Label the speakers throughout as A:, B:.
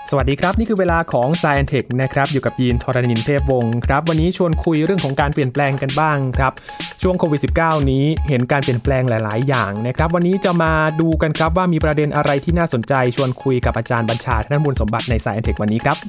A: สวัสดีครับนี่คือเวลาของ Science Tech นะครับอยู่กับยีน ธรณินทร์ เทพวงศ์ครับวันนี้ชวนคุยเรื่องของการเปลี่ยนแปลงกันบ้างครับช่วงโควิด -19 นี้เห็นการเปลี่ยนแปลงหลายๆอย่างนะครับวันนี้จะมาดูกันครับว่ามีประเด็นอะไรที่น่าสนใจชวนคุยกับอาจารย์บัญชา ธนบุญสมบัติใน Science Tech วันนี้ครับ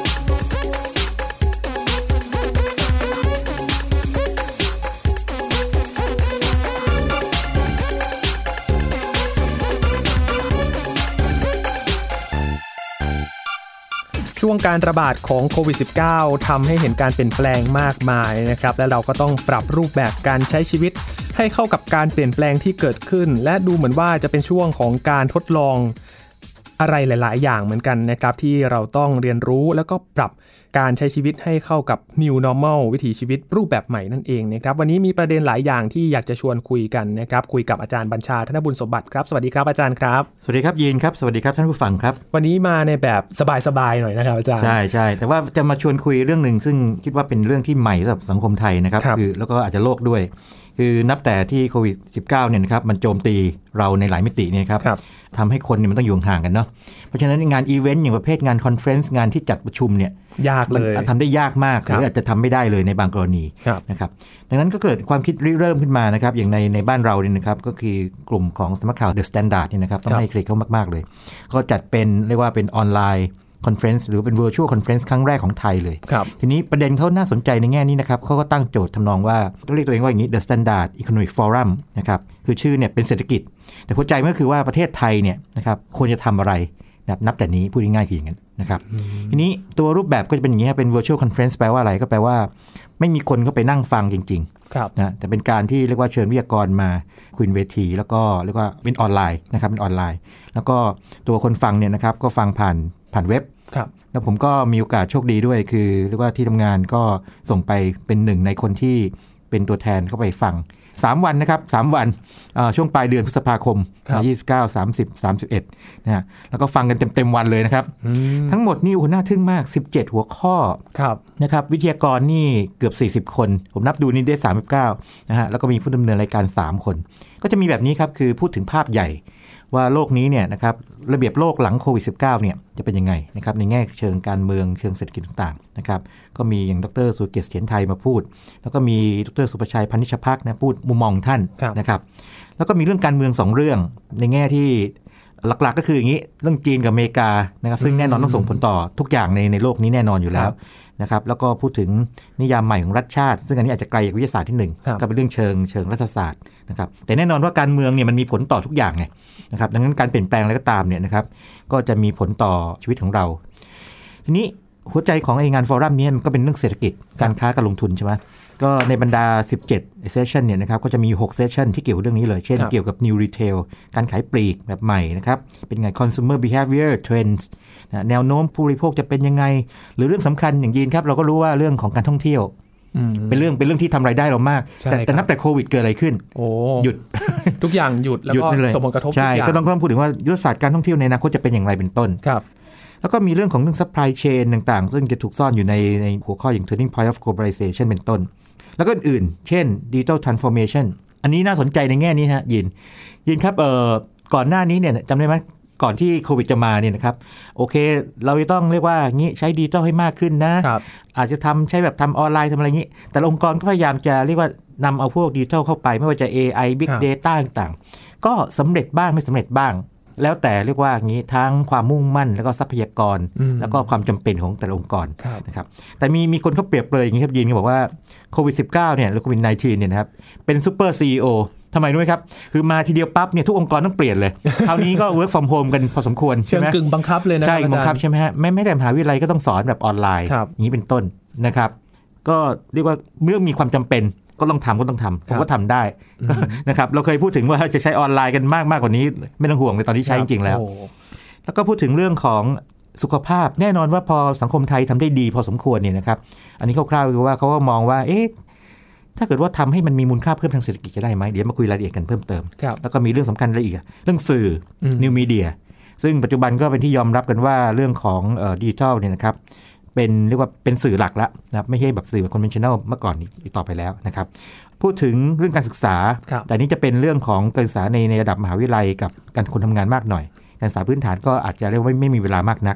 A: ช่วงการระบาดของโควิด -19 ทำให้เห็นการเปลี่ยนแปลงมากมายนะครับและเราก็ต้องปรับรูปแบบการใช้ชีวิตให้เข้ากับการเปลี่ยนแปลงที่เกิดขึ้นและดูเหมือนว่าจะเป็นช่วงของการทดลองอะไรหลายๆอย่างเหมือนกันนะครับที่เราต้องเรียนรู้แล้วก็ปรับการใช้ชีวิตให้เข้ากับ New Normal วิถีชีวิตรูปแบบใหม่นั่นเองนะครับวันนี้มีประเด็นหลายอย่างที่อยากจะชวนคุยกันนะครับคุยกับอาจารย์บัญชา ธนบุญสมบัติครับสวัสดีครับอาจารย์ครับ
B: สวัสดีครับยีนครับสวัสดีครับท่านผู้ฟังครับ
A: วันนี้มาในแบบสบายๆหน่อยนะครับอาจารย์
B: ใช่แต่ว่าจะมาชวนคุยเรื่องนึงซึ่งคิดว่าเป็นเรื่องที่ใหม่สำหรับสังคมไทยนะครับคือแล้วก็อาจจะโลกด้วยคือนับแต่ที่โควิด -19 เนี่ยนะครับมันโจมตีเราในหลายมิติเนี่ยครับทำให้คนเนี่ยมันต้องอยู่ห่างกันเนาะเพราะฉะนั้นงานอีเวนต์อย่างประเภทงานคอนเฟรนซ์งานที่จัดประชุมเนี่ย
A: ยากเลย
B: ทำได้ยากมากหรืออาจจะทำไม่ได้เลยในบางกรณีนะครับดังนั้นก็เกิดความคิดริเริ่มขึ้นมานะครับอย่างในบ้านเราเนี่ยนะครับก็คือกลุ่มของสำนักข่าว The Standard นี่นะครับต้องให้เครดิตเขามากๆเลยก็จัดเป็นเรียกว่าเป็นออนไลน์คอนเฟรนซ์หรือเป็น virtual conference ครั้งแรกของไทยเลยทีนี้ประเด็นเขาน่าสนใจในแง่นี้นะครับเขาก็ตั้งโจทย์ทำนองว่าต้องเรียกตัวเองว่าอย่างนี้ The Standard Economic Forum นะครับคือชื่อเนี่ยเป็นเศรษฐกิจแต่หัวใจมันก็คือว่าประเทศไทยเนี่ยนะครับควรจะทำอะไรนับแต่นี้พูดง่ายๆคืออย่างนั้นนะครับทีนี้ตัวรูปแบบก็จะเป็นอย่างนี้เป็น virtual conference แปลว่าอะไรก็แปลว่าไม่มีคนเข้าไปนั่งฟังจริงๆนะแต่เป็นการที่เรียกว่าเชิญวิทยากรมาคุยเวทีแล้วก็เรียกว่าเป็นออนไลน์นะครับเป็นออนไลน์แล้วก็ตัวคนฟังเนี่ยนะครับก็ฟังผ่านเว็บแล้วผมก็มีโอกาสโชคดีด้วยคือเรียกว่าที่ทำงานก็ส่งไปเป็นหนึ่งในคนที่เป็นตัวแทนเข้าไปฟัง3วันนะครับ3วันช่วงปลายเดือนพฤษภาคม29 30 31นะฮะแล้วก็ฟังกันเต็มวันเลยนะครับทั้งหมดนี่น่าทึ่งมาก17หัวข้อนะครับวิทยากรนี่เกือบ40คนผมนับดูนี่ได้39นะฮะแล้วก็มีผู้ดำเนินรายการ3คนก็จะมีแบบนี้ครับคือพูดถึงภาพใหญ่ว่าโลกนี้เนี่ยนะครับระเบียบโลกหลังโควิด -19 เนี่ยจะเป็นยังไงนะครับในแง่เชิงการเมืองเชิงเศรษฐกิจต่างๆนะครับก็มีอย่างดร.สุเกียรติเถียรไทยมาพูดแล้วก็มีดร.สุประชัยพานิชภักนะพูดมุมมองท่านนะครับแล้วก็มีเรื่องการเมือง2เรื่องในแง่ที่หลักๆก็คืออย่างนี้เรื่องจีนกับอเมริกานะครับซึ่งแน่นอนต้องส่งผลต่อทุกอย่างในโลกนี้แน่นอนอยู่แล้วนะครับแล้วก็พูดถึงนิยามใหม่ของรัฐชาติซึ่งอันนี้อาจจะไกลจากวิทยาศาสตร์ที่1ก็เป็นเรื่องเชิงรัฐศาสตร์นะครับแต่แน่นอนว่าการเมืองเนี่ยมันมีผลต่อทุกอย่างไงนะครับดังนั้นการเปลี่ยนแปลงอะไรก็ตามเนี่ยนะครับก็จะมีผลต่อชีวิตของเราทีนี้หัวใจของงานฟอรัมนี้มันก็เป็นเรื่องเศรษฐกิจการค้าการลงทุนใช่ไหมก็ในบรรดา17เซสชันเนี่ยนะครับก็จะมี6เซสชันที่เกี่ยวกับเรื่องนี้เลยเช่นเกี่ยวกับ New Retail การขายปลีกแบบใหม่นะครับเป็นไง Consumer Behavior Trends แนวโน้มผู้บริโภคจะเป็นยังไงหรือเรื่องสำคัญอย่างยีนครับเราก็รู้ว่าเรื่องของการท่องเที่ยวเป็นเรื่องที่ทำรายได้เรามากแต่นับแต่โควิดเกิดอะไรขึ้นหยุด
A: ทุกอย่างหยุดแล้วก็ส่งผลกระทบทุกอย่างใช่
B: ก็ต้องพูดถึงว่ายุทธศาสตร์การท่องเที่ยวในอนาคตจะเป็นอย่างไรเป็นต้นแล้วก็มีเรื่องของsupply chain ต่างๆซึ่งจะถูกซ่อนอยู่ในหัวข้ออย่าง turning point of globalization เป็นต้นแล้วก็อื่นๆเช่น digital transformation อันนี้น่าสนใจในแง่นี้ฮะยินครับก่อนหน้านี้เนี่ยจำได้ไหมก่อนที่โควิดจะมาเนี่ยนะครับโอเคเราจะต้องเรียกว่างี้ใช้ดิจิทัลให้มากขึ้นนะอาจจะใช้แบบทำออนไลน์ทำอะไรงี้แต่องค์กรก็พยายามจะเรียกว่านำเอาพวกดิจิทัลเข้าไปไม่ว่าจะ AI Big Data ต่างๆก็สำเร็จบ้างไม่สำเร็จบ้างแล้วแต่เรียกว่างี้ทั้งความมุ่งมั่นแล้วก็ทรัพยากรแล้วก็ความจำเป็นของแต่ละองค์กรนะครับแต่มีคนเขาเปรียบเลยอย่างนี้ครับยินเขาบอกว่าโควิด -19 เนี่ยหรือโควิด -19 เนี่ยนะครับเป็นซูเปอร์ CEOทำไมรู้ไหมครับคือมาทีเดียวปั๊บเนี่ยทุกองค์กรต้องเปลี่ยนเลยคราวนี้ก็ work from home กันพอสมควรใช่ไหม
A: กึ่งบังคับเลยนะ
B: ใช่บังคับใช่ไหมฮะไม่แต่มหาวิทยาลัยก็ต้องสอนแบบออนไลน์อย่างนี้เป็นต้นนะครับก็เรียกว่าเมื่อมีความจำเป็นก็ต้องทำผมก็ทำได้นะครับเราเคยพูดถึงว่าจะใช้ออนไลน์กันมากกว่านี้ไม่ต้องห่วงเลยตอนที่ใช้จริงๆแล้วแล้วก็พูดถึงเรื่องของสุขภาพแน่นอนว่าพอสังคมไทยทำได้ดีพอสมควรเนี่ยนะครับอันนี้คร่าวๆคือว่าเขาก็มองว่าถ้าเกิดว่าทำให้มันมีมูลค่าเพิ่มทางเศรษฐกิจจะได้ไหมเดี๋ยวมาคุยรายละเอียดกันเพิ่มเติมแล้วก็มีเรื่องสำคัญอะไรอีกเรื่องสื่อ New Media ซึ่งปัจจุบันก็เป็นที่ยอมรับกันว่าเรื่องของดิจิทัลเนี่ยนะครับเป็นเรียกว่าเป็นสื่อหลักแล้วนะครับไม่ใช่แบบสื่อแบบคอนเวนชั่นแนลเมื่อก่อนอีกต่อไปแล้วนะครับพูดถึงเรื่องการศึกษาแต่นี้จะเป็นเรื่องของการศึกษาในระดับมหาวิทยาลัยกับการคนทำงานมากหน่อยการศึกษาพื้นฐานก็อาจจะเรียกว่าไม่มีเวลามากนัก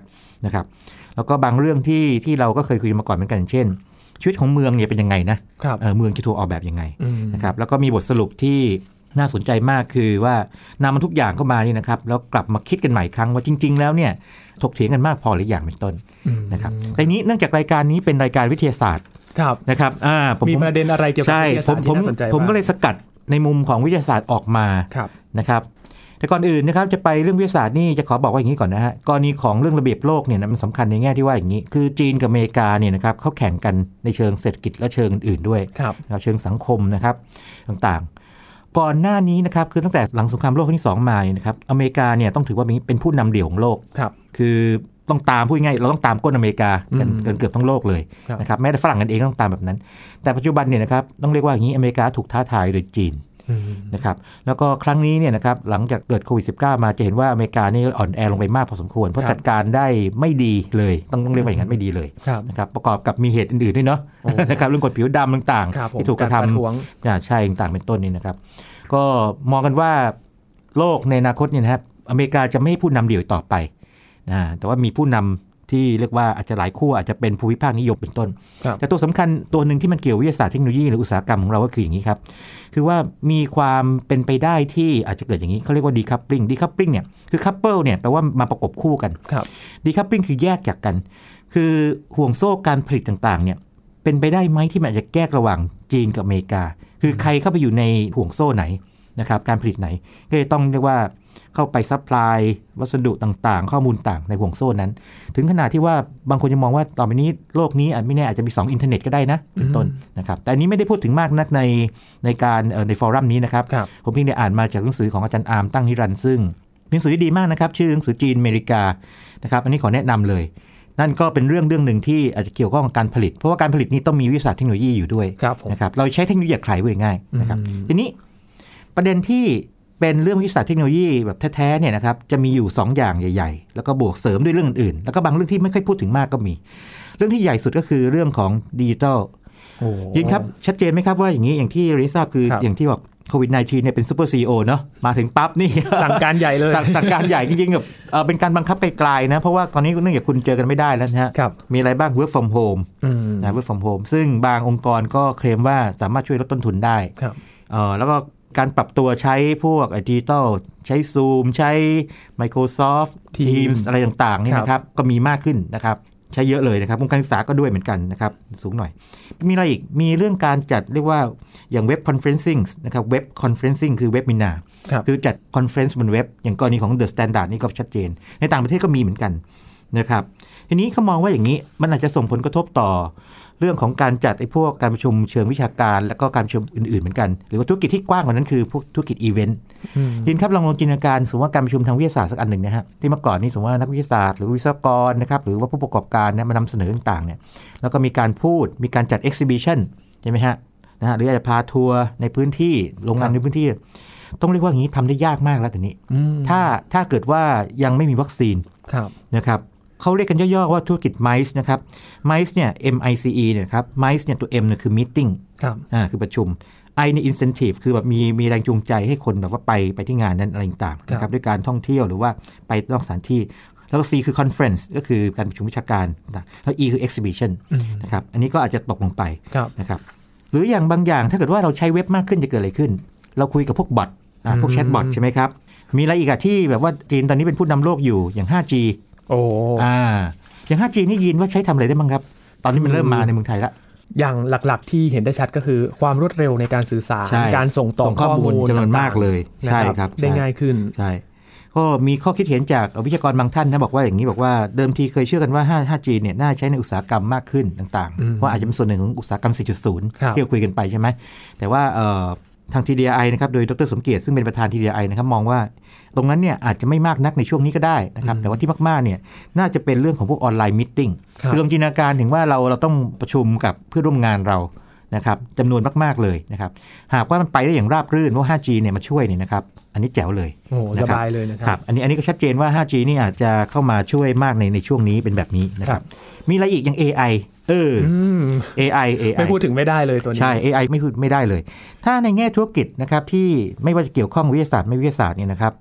B: นะครับแล้วก็บางเรื่องที่เราก็เคยคุยมาก่อนเหมือนกันเช่นชีวิตของเมืองเนี่ยเป็นยังไงนะเมืองจะถูกออกแบบยังไงนะครับแล้วก็มีบทสรุปที่น่าสนใจมากคือว่านำมันทุกอย่างเข้ามานี่นะครับแล้วกลับมาคิดกันใหม่ครั้งว่าจริงๆแล้วเนี่ยถกเถียงกันมากพอหรืออย่างเป็นต้นนะครับแต่นี้เนื่องจากรายการนี้เป็นรายการวิทยาศาสตร์นะครับ
A: มีประเด็นอะไรเกี่ยวกับวิทยาศาสตร์ที่น่าสนใจ
B: ผมก็เลยสกัดในมุมของวิทยาศาสตร์ออกมานะครับแต่ก่อนอื่นนะครับจะไปเรื่องวิทยาศาสตร์นี่จะขอบอกว่าอย่างนี้ก่อนนะฮะกรณีของเรื่องระเบียบโลกเนี่ยมันสำคัญในแง่ที่ว่าอย่างนี้คือจีนกับอเมริกาเนี่ยนะครับเขาแข่งกันในเชิงเศรษฐกิจและเชิงอื่นๆด้วยเชิงสังคมนะครับต่างๆก่อนหน้านี้นะครับคือตั้งแต่หลังสงครามโลกครั้งที่2มาเนี่ยนะครับอเมริกาเนี่ยต้องถือว่าเป็นผู้นำเดี่ยวของโลกคือต้องตามพูดง่ายเราต้องตามก้นอเมริกากันเกือบทั้งโลกเลยนะครับแม้แต่ฝรั่งกันเองต้องตามแบบนั้นแต่ปัจจุบันเนี่ยนะครับต้องเรียกว่าอย่างนี้อเมริกาถูกท้าทายโดยจีนนะครับแล้วก็ครั้งนี้เนี่ยนะครับหลังจากเกิดโควิด -19 มาจะเห็นว่าอเมริกานี่อ่อนแอลงไปมากพอสมควรเพราะจัดการได้ไม่ดีเลยต้องเรียกว่าอย่างนั้นไม่ดีเลยนะครับประกอบกับมีเหตุอื่นๆด้วยเนาะนะครับเรื่องกฎผิวดำต่างๆที่ถูกกระทำใช่ต่างๆเป็นต้นนี่นะครับก็มองกันว่าโลกในอนาคตเนี่ยนะครับอเมริกาจะไม่ให้ผู้นำเดี่ยวต่อไปแต่ว่ามีผู้นำที่เรียกว่าอาจจะหลายคู่อาจจะเป็นภูมิภาคนิยมเป็นต้นแต่ตัวสำคัญตัวหนึ่งที่มันเกี่ยววิทยาศาสตร์เทคโนโลยีหรืออุตสาหกรรมของเราก็คืออย่างนี้ครับคือว่ามีความเป็นไปได้ที่อาจจะเกิดอย่างนี้เขาเรียกว่า decoupling เนี่ยคือ couple เนี่ยแปลว่ามาประกบคู่กัน decoupling คือแยกจากกันคือห่วงโซ่การผลิตต่างๆเนี่ยเป็นไปได้ไหมที่มันอาจจะแยกระหว่างจีนกับอเมริกาคือใครเข้าไปอยู่ในห่วงโซ่ไหนนะครับการผลิตไหนก็จะต้องเรียกว่าเข้าไปซัพพลายวัสดุต่างๆข้อมูลต่างในห่วงโซ่นั้นถึงขนาดที่ว่าบางคนจะมองว่าต่อไปนี้โลกนี้อาจไม่แน่อาจจะมี2อินเทอร์เน็ตก็ได้นะเป็นต้นนะครับแต่อันนี้ไม่ได้พูดถึงมากนักในการในฟอรัมนี้นะครับผมเพียงได้อ่านมาจากหนังสือของอาจารย์อาร์มตั้งนิรันดร์ซึ่งหนังสือดีมากนะครับชื่อหนังสือจีนอเมริกานะครับอันนี้ขอแนะนำเลยนั่นก็เป็นเรื่องหนึ่งที่อาจจะเกี่ยวข้องกับการผลิตเพราะว่าการผลิตนี้ต้องมีวิทยาศาสตร์เทคโนโลยีอยู่ด้วยนะครับเราใช้เทคโนโลยีขายไว้ง่ายนะครับทีนี้ประเด็นที่เป็นเรื่องวิทยาศาสตร์เทคโนโลยีแบบแท้ๆเนี่ยนะครับจะมีอยู่2อย่างใหญ่ๆแล้วก็บวกเสริมด้วยเรื่องอื่นๆแล้วก็บางเรื่องที่ไม่ค่อยพูดถึงมากก็มีเรื่องที่ใหญ่สุดก็คือเรื่องของดิจิทัลยินครับชัดเจนไหมครับว่าอย่างนี้อย่างที่เราทราบคืออย่างที่บอกโควิด -19 เนี่ยเป็นซูเปอร์ซีอีโอเนาะมาถึงปั๊บนี่
A: สั่งการใหญ่เลย
B: สั่งการใหญ่จริงๆแบบเป็นการบังคับไกลๆนะเพราะว่าตอนนี้เนื่องจากคุณเจอกันไม่ได้แล้วนะฮะมีอะไรบ้าง work from home work from home ซึ่งบางองค์กรก็เคลมว่าสามารถช่วยลดต้นทุนได้แล้วก็การปรับตัวใช้พวกดิจิทัลใช้ Zoom ใช้ Microsoft Teams อะไรต่างๆนี่นะครับก็มีมากขึ้นนะครับใช้เยอะเลยนะครับวงการศึกษาก็ด้วยเหมือนกันนะครับสูงหน่อยมีอะไรอีกมีเรื่องการจัดเรียกว่าอย่างเว็บคอนเฟรนซิ่งนะครับเว็บคอนเฟรนซิ่งคือเว็บมินาคือจัดคอนเฟรนซ์บนเว็บอย่างกรณีของ The Standard นี่ก็ชัดเจนในต่างประเทศก็มีเหมือนกันนะครับทีนี้เขามองว่าอย่างนี้มันอาจจะส่งผลกระทบต่อเรื่องของการจัดพวกการประชุมเชิงวิชาการแล้วก็การประชุมอื่นๆเหมือนกันหรือว่าธุรกิจที่กว้างกว่านั้นคือพวกธุรกิจอีเวนต์ยินครับลองจินตนาการสมมติว่าการประชุมทางวิทยาศาสตร์สักอันหนึ่งนะฮะที่เมื่อก่อนนี้สมมติว่านักวิทยาศาสตร์หรือวิศวกรนะครับหรือว่าผู้ประกอบการเนี่ยมานำเสนอต่างๆเนี่ยแล้วก็มีการพูดมีการจัดเอ็กซิบิชันใช่ไหมฮะนะฮะหรืออาจจะพาทัวร์ในพื้นที่โรงงานในพื้นที่ต้องเรียกว่าอย่างนี้ทำได้ยากมากแล้วตอนนี้ถ้าเกิดว่ายังไม่มีวัคซีนนะครับเขาเรียกกันย่อๆว่าธุรกิจ MICE นะครับ MICE เนี่ย MICE เนี่ยครับ MICE เนี่ยตัว M เนี่ยคือ meeting คือประชุม I เนี่ย incentive คือแบบมีแรงจูงใจให้คนแบบว่าไปที่งานนั้นอะไรต่างๆนะครับด้วยการท่องเที่ยวหรือว่าไปนอกสถานที่แล้วก็ C คือ conference ก็คือการประชุมวิชาการแล้ว E คือ exhibition นะครับอันนี้ก็อาจจะตกลงไปนะครับหรืออย่างบางอย่างถ้าเกิดว่าเราใช้เว็บมากขึ้นจะเกิดอะไรขึ้นเราคุยกับพวกบอทพวกแชทบอทใช่ไหมครับมีอะไรอีกที่แบบว่าจีนตอนนี้เป็นผู้นำโลกอยู่อย่าง 5Gอย่าง 5G นี่ยินว่าใช้ทำอะไรได้บ้างครับตอนนี้มันเริ่มมาในเมืองไทยแล้ว
A: อย่างหลักๆที่เห็นได้ชัดก็คือความรวดเร็วในการสื่อสารการส่งต่อข้อมูล
B: จำนวนมากเลยใช่ครับ
A: ได้ง่ายขึ้น
B: ใช่ก็มีข้อคิดเห็นจากวิทยากรบางท่านนะบอกว่าอย่างนี้บอกว่าเดิมทีเคยเชื่อกันว่า 5G เนี่ยน่าใช้ในอุตสาหกรรมมากขึ้นต่างๆว่าอาจจะเป็นส่วนหนึ่งของอุตสาหกรรม 4.0 ที่เราคุยกันไปใช่ไหมแต่ว่าทาง TDI นะครับโดยดร.สมเกียรติซึ่งเป็นประธาน TDI นะครับมองว่าตรงนั้นเนี่ยอาจจะไม่มากนักในช่วงนี้ก็ได้นะครับแต่ว่าที่มากๆเนี่ยน่าจะเป็นเรื่องของพวกออนไลน์มีตติ้งคือลองจินตนาการถึงว่าเราต้องประชุมกับเพื่อนร่วมงานเรานะครับจำนวนมากๆเลยนะครับหากว่ามันไปได้อย่างราบรื่นว่า 5G เนี่ยมาช่วยเนี่ยนะครับอันนี้แจ๋วเลย
A: สบายเลยนะครับ
B: อันนี้ก็ชัดเจนว่า 5G นี่อาจจะเข้ามาช่วยมากในช่วงนี้เป็นแบบนี้นะครับมีอะไรอีกอย่าง AI AI
A: ไม่พูดถึงไม่ได้เลยตัวนี้
B: ใช่ AI ไม่พูดไม่ได้เลยถ้าในแง่ธุรกิจนะครับที่ไม่ว่าจะเกี่ยวข้องวิทยาศาสตร์ไม่วิทยาศาสตร์เนี่ยนะครับ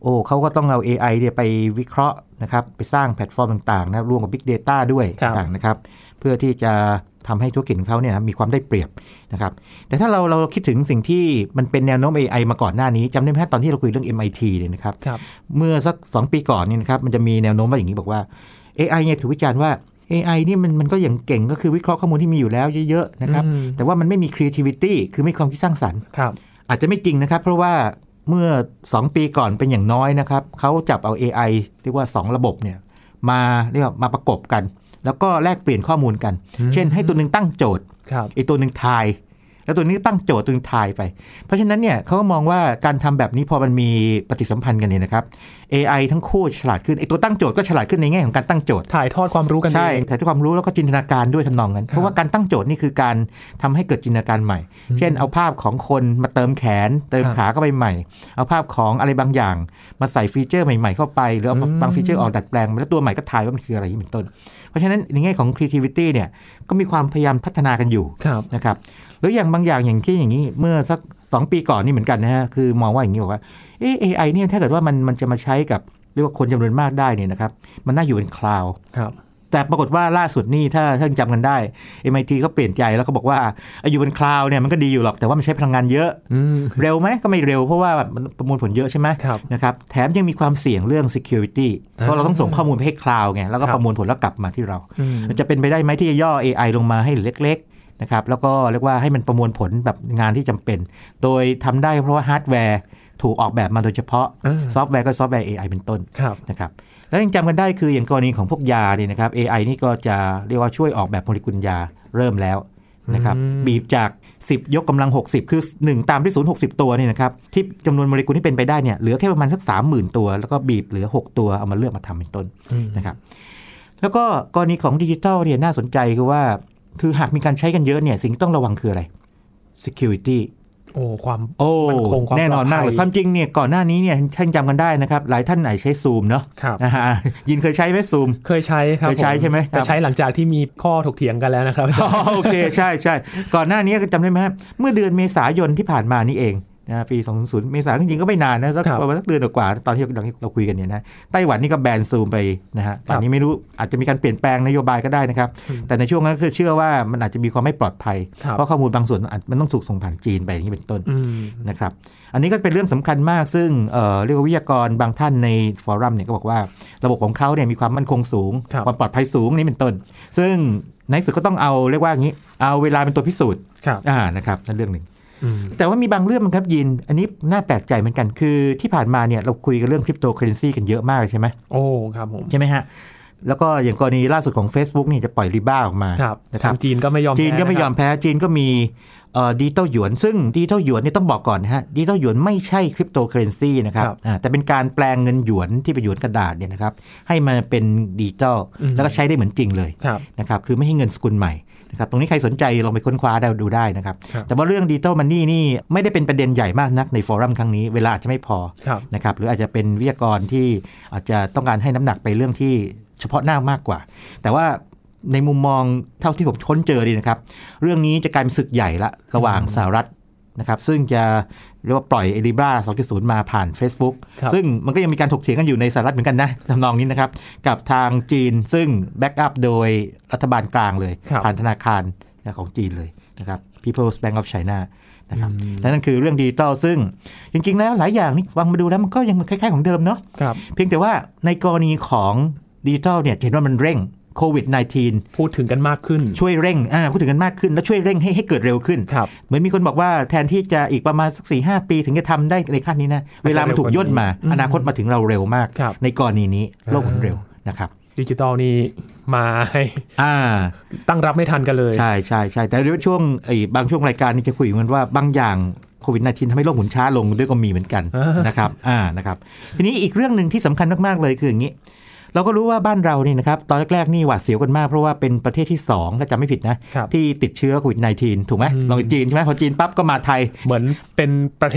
B: เขาก็ต้องเอา AI เนี่ยไปวิเคราะห์นะครับไปสร้างแพลตฟอร์มต่างๆนะรวมกับ Big Data ด้วยต่างๆนะครับเพื่อที่จะทำให้ธุรกิจของเขาเนี่ยมีความได้เปรียบนะครับแต่ถ้าเราคิดถึงสิ่งที่มันเป็นแนวโน้ม AI มาก่อนหน้านี้จำได้ไหมตอนที่เราคุยเรื่อง MIT เนี่ยนะครับเมื่อสัก2ปีก่อนนี่นะครับมันจะมีแนวโน้มว่าอย่างนี้บอกว่า AI เนี่ยถูกวิจารณ์ว่า AI นี่มันก็อย่างเก่งก็คือวิเคราะห์ข้อมูลที่มีอยู่แล้วเยอะๆนะครับแต่ว่ามันไม่มี creativity คือไม่มีความคิดสร้างสรรค์อาจจะไม่จริงนะครับเพราะว่าเมื่อ2ปีก่อนเป็นอย่างน้อยนะครับเขาจับเอา AI เรียกว่า2ระบบเนี่ยมาเรียกว่ามาประกบกันแล้วก็แลกเปลี่ยนข้อมูลกันเช่นให้ตัวหนึ่งตั้งโจทย์อีกตัวหนึ่งทายแล้วตัวนี้ตั้งโจทย์ตัวนึงทายไปเพราะฉะนั้นเนี่ยเขาก็มองว่าการทำแบบนี้พอมันมีปฏิสัมพันธ์กันเนี่ยนะครับ AI ทั้งคู่ฉลาดขึ้นไอ้ตัวตั้งโจทย์ก็ฉลาดขึ้นในแง่ของการตั้งโจทย์
A: ถ่ายทอดความรู้กัน
B: ใช่ถ่ายทอดความรู้แล้วก็จินตนาการด้วยทำนองนั้นเพราะว่าการตั้งโจทย์นี่คือการทำให้เกิดจินตนาการใหม่เช่นเอาภาพของคนมาเติมแขนเติมขาเข้าไปใหม่เอาภาพของอะไรบางอย่างมาใส่ฟีเจอร์ใหม่ๆเข้าไปหรือเอาบางฟีเจอร์ออกดัดแปลงแล้วตัวใหม่ก็ทายว่ามันคืออะไรอย่างนี้เป็นต้นเพราะฉะนั้นในแง่ของ creativity เนี่ยก็มีความพยายามพัฒนากันอยู่นะครับหรืออย่างบางอย่างอย่างที่อย่างนี้เมื่อสัก2ปีก่อนนี่เหมือนกันนะฮะคือมองว่าอย่างนี้บอกว่าAI เนี่ยถ้าเกิดว่ามันจะมาใช้กับเรียกว่าคนจำนวนมากได้เนี่ยนะครับมันน่าอยู่เป็นคลาวด์แต่ปรากฏว่าล่าสุดนี่ถ้าจำกันได้ MIT เขาเปลี่ยนใจแล้วก็บอกว่าอยู่บนคลาวด์เนี่ยมันก็ดีอยู่หรอกแต่ว่ามันใช้พลังงานเยอะเร็วไหมก็ไม่เร็วเพราะว่ามันประมวลผลเยอะใช่ไหมนะครับแถมยังมีความเสี่ยงเรื่อง security เพราะเราต้องส่งข้อมูลไปให้คลาวด์ไงแล้วก็ประมวลผลแล้วกลับมาที่เราจะเป็นไปได้ไหมที่จะย่อ AI ลงมาให้เล็กๆนะครับแล้วก็เรียกว่าให้มันประมวลผลแบบงานที่จำเป็นโดยทำได้เพราะว่าฮาร์ดแวร์ถูกออกแบบมาโดยเฉพาะซอฟต์แวร์ก็ซอฟต์แวร์ AI เป็นต้นนะครับแล้วยังจำกันได้คืออย่างกรณีของพวกยาเนี่ยนะครับ AI นี่ก็จะเรียกว่าช่วยออกแบบโมเลกุลยาเริ่มแล้วนะครับบีบจาก10ยกกำลัง60คือ1ตามที่0 60ตัวนี่นะครับที่จำนวนโมเลกุลที่เป็นไปได้เนี่ยเหลือแค่ประมาณสัก 30,000 ตัวแล้วก็บีบเหลือ6ตัวเอามาเลือกมาทำเป็นต้นนะครับแล้วก็กรณีของดิจิทัลเนี่ยน่าสนใจคือว่าคือหากมีการใช้กันเยอะเนี่ยสิ่งที่ต้องระวังคืออะไร security
A: ความ
B: มั่นคงแน่นอนมากเลยความจริงเนี่ยก่อนหน้านี้เนี่ยท่านจำกันได้นะครับหลายท่านอาจใช้ Zoom เนาะนะฮะยินเคยใช้ไหม Zoom
A: เคยใช้ครับ
B: เคยใช้ใช่ไหม
A: แต่ใช้หลังจากที่มีข้อถกเถียงกันแล้วนะครับ
B: โอเคใช่ก่อนหน้านี้จำได้ไหมเมื่อเดือนเมษายนที่ผ่านมานี่เองนะปี2020เมษายนจริงๆก็ไม่นานนะสักประมาณสักเดือนกว่าตอนที่เราคุยกันเนี่ยนะไต้หวันนี่ก็แบน Zoom ไปนะฮะตอนนี้ไม่รู้อาจจะมีการเปลี่ยนแปลงนโยบายก็ได้นะครับแต่ในช่วงนั้นคือเชื่อว่ามันอาจจะมีความไม่ปลอดภัยเพราะข้อมูลบางส่วนมันต้องถูกส่งผ่านจีนไปอย่างนี้เป็นต้นนะครับอันนี้ก็เป็นเรื่องสำคัญมากซึ่งเรียกว่าวิทยากรบางท่านในฟอรัมเนี่ยก็บอกว่าระบบของเขาเนี่ยมีความมั่นคงสูงความปลอดภัยสูงนี่เป็นต้นซึ่งในสุดก็ต้องเอาเรียกว่าอย่างนี้เอาเวลาเป็นตัวพิสูจน์นะครับนั่นเรื่องหนึ่งแต่ว่ามีบางเรื่องครับยินอันนี้น่าแปลกใจเหมือนกันคือที่ผ่านมาเนี่ยเราคุยกันเรื่องคริปโตเคอเรนซีกันเยอะมากใช่ไหม
A: ครับผม
B: ใช่ไหมฮะแล้วก็อย่างกรณีล่าสุดของ Facebook นี่จะปล่อยริบ้าออกมา
A: นะครับจีนก็ไม่ยอมแพ้
B: จีนก็มีดิจิตอลหยวนซึ่งดิจิตอลหยวนนี่ต้องบอกก่อนนะฮะดิจิตอลหยวนไม่ใช่คริปโตเคอเรนซีนะครับแต่เป็นการแปลงเงินหยวนที่เป็นหยวนกระดาษเนี่ยนะครับให้มาเป็นดิจิตอลแล้วก็ใช้ได้เหมือนจริงเลยนะครับคือไม่ให้เงินสกุลใหม่นะครับตรงนี้ใครสนใจลองไปค้นคว้าดูได้นะครับแต่ว่าเรื่องดิจิตอลมันนี่ไม่ได้เป็นประเด็นใหญ่มากนักในฟอรัมครั้งนี้เวลาอาจจะไม่พอนะครับหรืออาจจะเป็นวิทยากรที่อาจจะต้องการให้น้ำหนักไปเรื่องที่เฉพาะหน้ามากกว่าแต่ว่าในมุมมองเท่าที่ผมค้นเจอดีนะครับเรื่องนี้จะกลายเป็นศึกใหญ่ละระหว่างสหรัฐนะครับซึ่งจะเรียกว่าปล่อย Libra 2.0 มาผ่าน Facebook ซึ่งมันก็ยังมีการถกเถียงกันอยู่ในสหรัฐเหมือนกันนะทำนองนี้นะครับกับทางจีนซึ่งแบ็กอัพโดยรัฐบาลกลางเลยผ่านธนาคารของจีนเลยนะครับ People's Bank of China นะครับและนั่นคือเรื่องดิจิตอลซึ่งจริงๆแล้วหลายอย่างนี่ฟังมาดูแล้วมันก็ยังคล้ายๆของเดิมเนาะเพียงแต่ว่าในกรณีของดิจิตอลเนี่ยเห็นว่ามันเร่งโควิด -19
A: พูดถึงกันมากขึ้น
B: ช่วยเร่งพูดถึงกันมากขึ้นแล้วช่วยเร่งให้เกิดเร็วขึ้นเหมือนมีคนบอกว่าแทนที่จะอีกประมาณสัก 4-5 ปีถึงจะทำได้ในขั้นนี้นะเวลามันถูกย่นมาอนาคตมาถึงเราเร็วมากในกรณีนี้โลกมันเร็วนะครับ
A: ดิจิตอลนี่มาให้ตั้งรับไม่ทันกันเลย
B: ใช่แต่ในช่วงบางช่วงรายการนี่จะคุยกันว่าบางอย่างโควิด -19 ทำให้โลกหมุนช้าลงด้วยก็มีเหมือนกันนะครับนะครับทีนี้อีกเรื่องนึงที่สำคัญมากๆเลยคืออย่างนี้เราก็รู้ว่าบ้านเรานี่นะครับตอนแรกๆนี่หวาดเสียวกันมากเพราะว่าเป็นประเทศที่2ถ้าจำไม่ผิดนะที่ติดเชื้อโควิด -19 ถูกไหมลองจีนใช่ไหมพอจีนปั๊บก็มาไทย
A: เหมือนเป็นประเทศ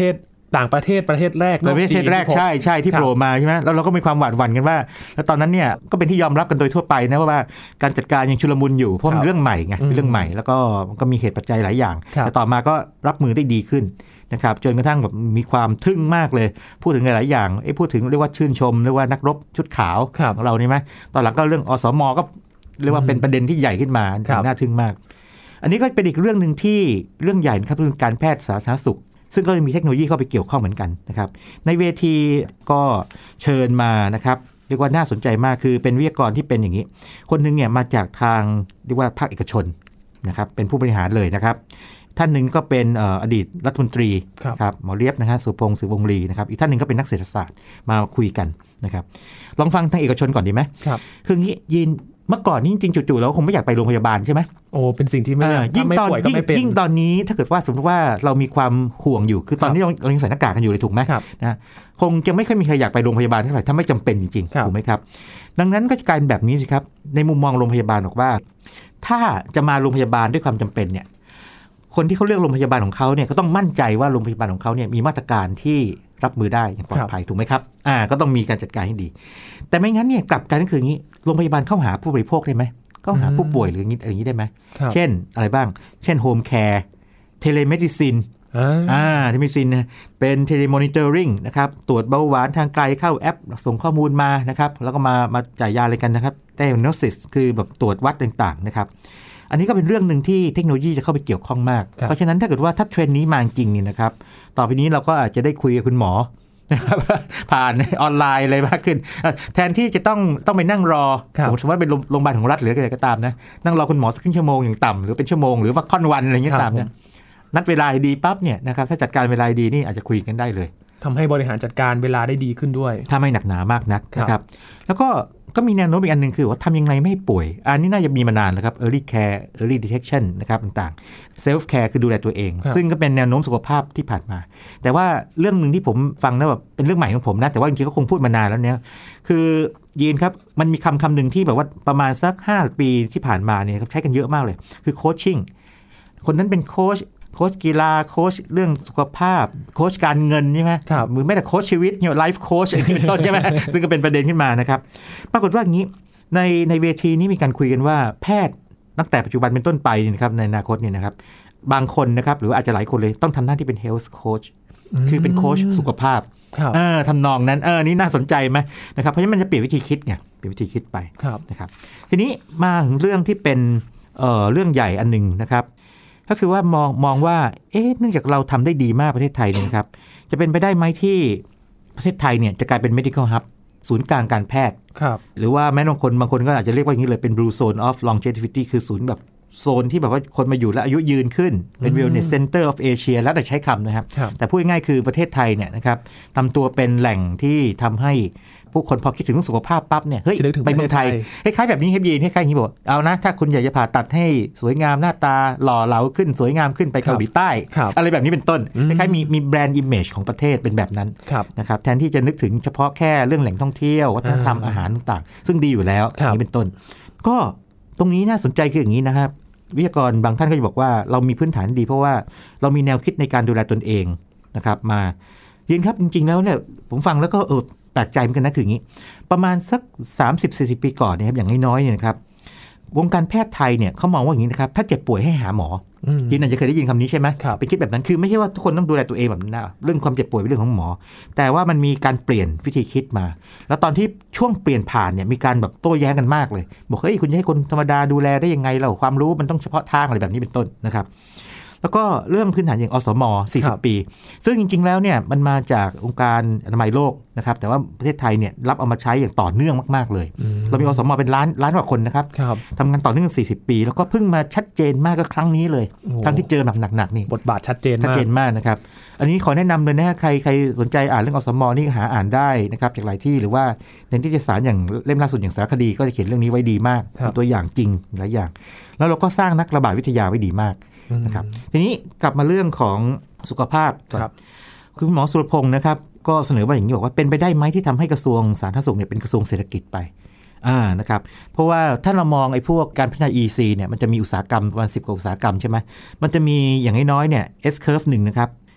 A: ต่างประเทศแรก
B: ประเทศแรกใช่ที่โผล่มาใช่ไหมแล้วเราก็มีความหวาดหวั่นกันว่าแล้วตอนนั้นเนี่ยก็เป็นที่ยอมรับกันโดยทั่วไปนะว่าการจัดการยังชุลมุนอยู่เพราะมันเรื่องใหม่ไงเป็นเรื่องใหม่แล้วก็มีเหตุปัจจัยหลายอย่างแต่ต่อมาก็รับมือได้ดีขึ้นนะครับจนกระทั่งแบบมีความทึ่งมากเลยพูดถึงหลายอย่างพูดถึงเรียกว่าชื่นชมเรียกว่านักรบชุดขาวของเรานี่ไหมตอนหลังก็เรื่องอสม.ก็เรียกว่าเป็นประเด็นที่ใหญ่ขึ้นมาน่าทึ่งมากอันนี้ก็เป็นอีกเรื่องนึงที่เรื่องใหญ่นะครับเรื่องการแพทย์สาธารณสุขซึ่งก็จะมีเทคโนโลยีเข้าไปเกี่ยวข้องเหมือนกันนะครับในเวทีก็เชิญมานะครับเรียกว่าน่าสนใจมากคือเป็นวิทยากรที่เป็นอย่างนี้คนนึงเนี่ยมาจากทางเรียกว่าภาคเอกชนนะครับเป็นผู้บริหารเลยนะครับท่านหนึ่งก็เป็นอดีตรัฐมนตรีครับหมอเลียบนะฮะสุพงศ์สืบวงลีนะครับอีกท่านหนึ่งก็เป็นนักเศรษฐศาสตร์มาคุยกันนะครับลองฟังทางเอกชนก่อนดีไหมครับคืออย่างนี้ยินเมื่อก่อนนี้จริงๆจู่ๆเราคงไม่อยากไปโรงพยาบาลใช่ไหม
A: โอ้เป็นสิ่งที่ไม่ป่วยก็ไม่เป็น
B: ยิ่งตอนนี้ถ้าเกิดว่าสมมติว่าเรามีความห่วงอยู่คือตอนนี้เรายังใส่หน้ากากกันอยู่เลยถูกไหมนะคงจะไม่ค่อยมีใครอยากไปโรงพยาบาลเท่าไหร่ถ้าไม่จำเป็นจริงๆถูกไหมครับดังนั้นก็จะกลายเป็นแบบนี้สิครับในมุมมองโรงพยาบาลบอกว่าถ้าจะมาโรงพยาบาลด้วยความจำเป็นเนี่ยคนที่เขาเลือกโรงพยาบาลของเขาเนี่ยก็ต้องมั่นใจว่าโรงพยาบาลของเขาเนี่ยมีมาตรการที่รับมือได้อย่างปลอดภัยถูกไหมครับก็ต้องมีการจัดการให้ดีแต่ไม่งั้นเนี่ยกลับกันก็คืออย่างนี้โรงพยาบาลเข้าหาผู้บริโภคได้ไหมก็หาผู้ป่วยหรืออย่างนี้ได้ไหมเช่นอะไรบ้างเช่นโฮมแคร์เทเลเมดิซินเทเลเมดิซินเป็นเทเลมอนิเตอร์ริงนะครับตรวจเบาหวานทางไกลเข้าแอปส่งข้อมูลมานะครับแล้วก็มาจ่ายยาอะไรกันนะครับdiagnosis คือแบบตรวจวัดต่างๆนะครับอันนี้ก็เป็นเรื่องหนึ่งที่เทคโนโลยีจะเข้าไปเกี่ยวข้องมากเพราะฉะนั้นถ้าเกิดว่าถ้าเทรนด์นี้มาจริงนี่นะครับต่อไปนี้เราก็อาจจะได้คุยกับคุณหมอนะครับผ่านออนไลน์อะไรมากขึ้นแทนที่จะต้องไปนั่งรอสมมติว่าเป็นโรงพยาบาลของรัฐหรืออะไรก็ตามนะนั่งรอคุณหมอสักครึ่งชั่วโมงอย่างต่ำหรือเป็นชั่วโมงหรือว่าค่อนวันอะไรอย่างเงี้ยตามเนี่ยนัดเวลาดีปั๊บเนี่ยนะครับถ้าจัดการเวลาดีนี่อาจจะคุยกันได้เลย
A: ทำให้บริหารจัดการเวลาได้ดีขึ้นด้วย
B: ถ้าไม่หนักหนามากนักนะครับแล้วก็มีแนวโน้มอีกอันนึงคือว่าทำยังไงไม่ให้ป่วยอันนี้น่าจะมีมานานแล้วครับ early care early detection นะครับต่างๆ self care คือดูแลตัวเองซึ่งก็เป็นแนวโน้มสุขภาพที่ผ่านมาแต่ว่าเรื่องนึงที่ผมฟังนะแบบเป็นเรื่องใหม่ของผมนะแต่ว่าจริงๆก็คงพูดมานานแล้วเนี่ยคือยีนครับมันมีคำหนึ่งที่แบบว่าประมาณสัก5ปีที่ผ่านมาเนี่ยใช้กันเยอะมากเลยคือ coaching คนนั้นเป็นโค้ชกีฬาโค้ชเรื่องสุขภาพโค้ชการเงินใช่ไหมมือไม่แต่โค้ชชีวิตเนี่ยไลฟ์โค้ชเป็นต้นใช่ไหมซึ่งก็เป็นประเด็นขึ้นมานะครับปรากฏว่าอย่างนี้ในเวทีนี้มีการคุยกันว่าแพทย์ตั้งแต่ปัจจุบันเป็นต้นไปนะครับในอนาคตเนี่ยนะครับบางคนนะครับหรืออาจจะหลายคนเลยต้องทำหน้าที่เป็น health coach คือเป็นโค้ชสุขภาพทำนองนั้นนี่น่าสนใจไหมนะครับเพราะฉะนั้นมันจะเปลี่ยนวิธีคิดไงเปลี่ยนวิธีคิดไปนะครับทีนี้มาถึงเรื่องที่เป็นเรื่องใหญ่อันหนึ่งนะครับก็คือว่ามองว่าเนื่องจากเราทำได้ดีมากประเทศไทยเนี่ยครับจะเป็นไปได้ไหมที่ประเทศไทยเนี่ยจะกลายเป็น medical hub ศูนย์กลางการแพทย์หรือว่าแม้บางคนก็อาจจะเรียกว่าอย่างนี้เลยเป็น blue zone of longevity คือศูนย์แบบโซนที่แบบว่าคนมาอยู่แล้วอายุยืนขึ้นเป็น wellness center of Asia แล้วแต่ใช้คำนะครับแต่พูดง่ายๆคือประเทศไทยเนี่ยนะครับทำตัวเป็นแหล่งที่ทำให้ผู้คนพอคิดถึงเรื่องสุขภาพปั๊บเนี่ยเฮ้ยไปเมืองไทยคล้ายๆแบบนี้ครับยีนคล้ายๆอย่างนี้บอกเอานะถ้าคุณอยากจะผ่าตัดให้สวยงามหน้าตาหล่อเหลาขึ้นสวยงามขึ้นไปเกาหลีใต้อะไรแบบนี้เป็นต้นคล้ายๆมีแบรนด์อิมเมจของประเทศเป็นแบบนั้นนะครับแทนที่จะนึกถึงเฉพาะแค่เรื่องแหล่งท่องเที่ยววัฒนธรรมอาหารต่างๆซึ่งดีอยู่แล้วอย่างนี้เป็นต้นก็ตรงนี้น่าสนใจคืออย่างนี้นะครับวิทยากรบางท่านก็จะบอกว่าเรามีพื้นฐานดีเพราะว่าเรามีแนวคิดในการดูแลตนเองนะครับมายินครับจริงๆแล้วเนี่ยผมฟังแล้วก็แปลกใจเหมือนกันนะคืออย่างนี้ประมาณสัก 30-40 ปีก่อนเนี่ยครับอย่างน้อยๆเนี่ยนะครับวงการแพทย์ไทยเนี่ยเขามองว่าอย่างนี้นะครับถ้าเจ็บป่วยให้หาหมอยินอาจจะเคยได้ยินคำนี้ใช่ไหมเป็นคิดแบบนั้นคือไม่ใช่ว่าทุกคนต้องดูแลตัวเองแบบนั้นนะเรื่องความเจ็บป่วยเป็นเรื่องของหมอแต่ว่ามันมีการเปลี่ยนวิธีคิดมาแล้วตอนที่ช่วงเปลี่ยนผ่านเนี่ยมีการแบบโต้แย้งกันมากเลยบอกเฮ้ยคุณจะให้คนธรรมดาดูแลได้ยังไงเราความรู้มันต้องเฉพาะทางอะไรแบบนี้เป็นต้นนะครับแล้วก็เรื่องพื้นฐานอย่างอสม40 ปีซึ่งจริงๆแล้วเนี่ยมันมาจากองค์การอนามัยโลกนะครับแต่ว่าประเทศไทยเนี่ยรับเอามาใช้อย่างต่อเนื่องมากๆเลยเรามีอสมเป็นล้านกว่าคนนะครับทำงานต่อเนื่อง40 ปีแล้วก็เพิ่งมาชัดเจนมากก็ครั้งนี้เลยครั้งที่เจอแบบหนักๆนี่
A: บทบาทชัดเจน
B: มากนะครับอันนี้ขอแนะนำเลยนะใครสนใจอ่านเรื่องอสมนี่หาอ่านได้นะครับจากหลายที่หรือว่าในนิตยสารอย่างเล่มล่าสุดอย่างสารคดีก็จะเขียนเรื่องนี้ไว้ดีมากตัวอย่างจริงหลายอย่างแล้วเราก็สร้างนักระบาดวิทยาไว้ดีมากนะครับทีนี้กลับมาเรื่องของสุขภาพครับคุณหมอสุรพงศ์นะครับก็เสนอว่าอย่างนี้บอกว่าเป็นไปได้ไหมที่ทำให้กระทรวงสาธารณสุขเนี่ยเป็นกระทรวงเศรษฐกิจไปนะครับเพราะว่าถ้าเรามองไอ้พวกการพัฒนา EC เนี่ยมันจะมีอุตสาหกรรมประมาณ10 กว่าอุตสาหกรรมใช่ไหมมันจะมีอย่างน้อยๆเนี่ย S curve 1นะครับ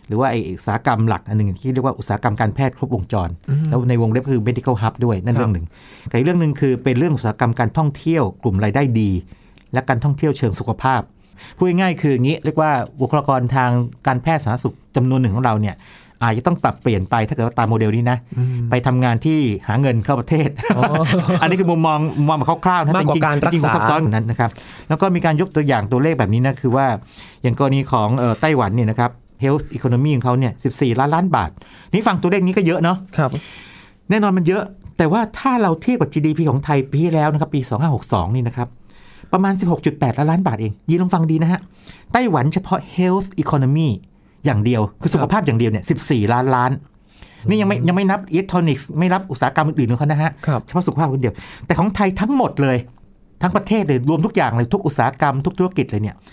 B: หรือว่าไออุตสาหกรรมหลักอันนึงที่เรียกว่าอุตสาหกรรมการแพทย์ครบวงจรแล้วในวงเล็บคือ medical hub ด้วยนั่นเรื่องหนึ่งแต่อีกเรื่องนึงคือเป็นเรื่องอุตสาหกรรมการท่องเที่ยวกลุ่มรายได้ดีและการท่องเที่ยวเชิงสุขภาพพูดง่ายๆคืออย่างนี้เรียกว่าบุคลากรทางการแพทย์สาธารณสุขจำนวนหนึ่งของเราเนี่ยอาจจะต้องปรับเปลี่ยนไปถ้าเกิดว่าตามโมเดลนี้นะไปทำงานที่หาเงินเข้าประเทศ อันนี้คือมุมมองแบบคร่าวๆนะแต่จริงๆซับซ้อนกว่านั้นนะครับแล้วก็มีการยกตัวอย่างตัวเลขแบบนี้นะคือว่าอย่างกรณีของไต้หวันเนี่ยนะครับ health economy ของเขาเนี่ย14 ล้านบาทนี่ฟังตัวเลขนี้ก็เยอะเนาะแน่นอนมันเยอะแต่ว่าถ้าเราเทียบกับ GDP ของไทยปีที่แล้วนะครับปี2562นี่นะครับประมาณ 16.8 ล้านบาทเองยีลองฟังดีนะฮะไต้หวันเฉพาะ health economyอย่างเดียวคือสุขภาพอย่างเดียวเนี่ย14 ล้านนี่ยังไม่นับอิเล็กทรอนิกส์ไม่รับอุตสาหกรรมอื่นๆของเขานะฮะเฉพาะสุขภาพคนเดียวแต่ของไทยทั้งหมดเลยทั้งประเทศเลยรวมทุกอย่างเลยทุกอุตสาหกรรมทุกธุรกิจเลยเนี่ย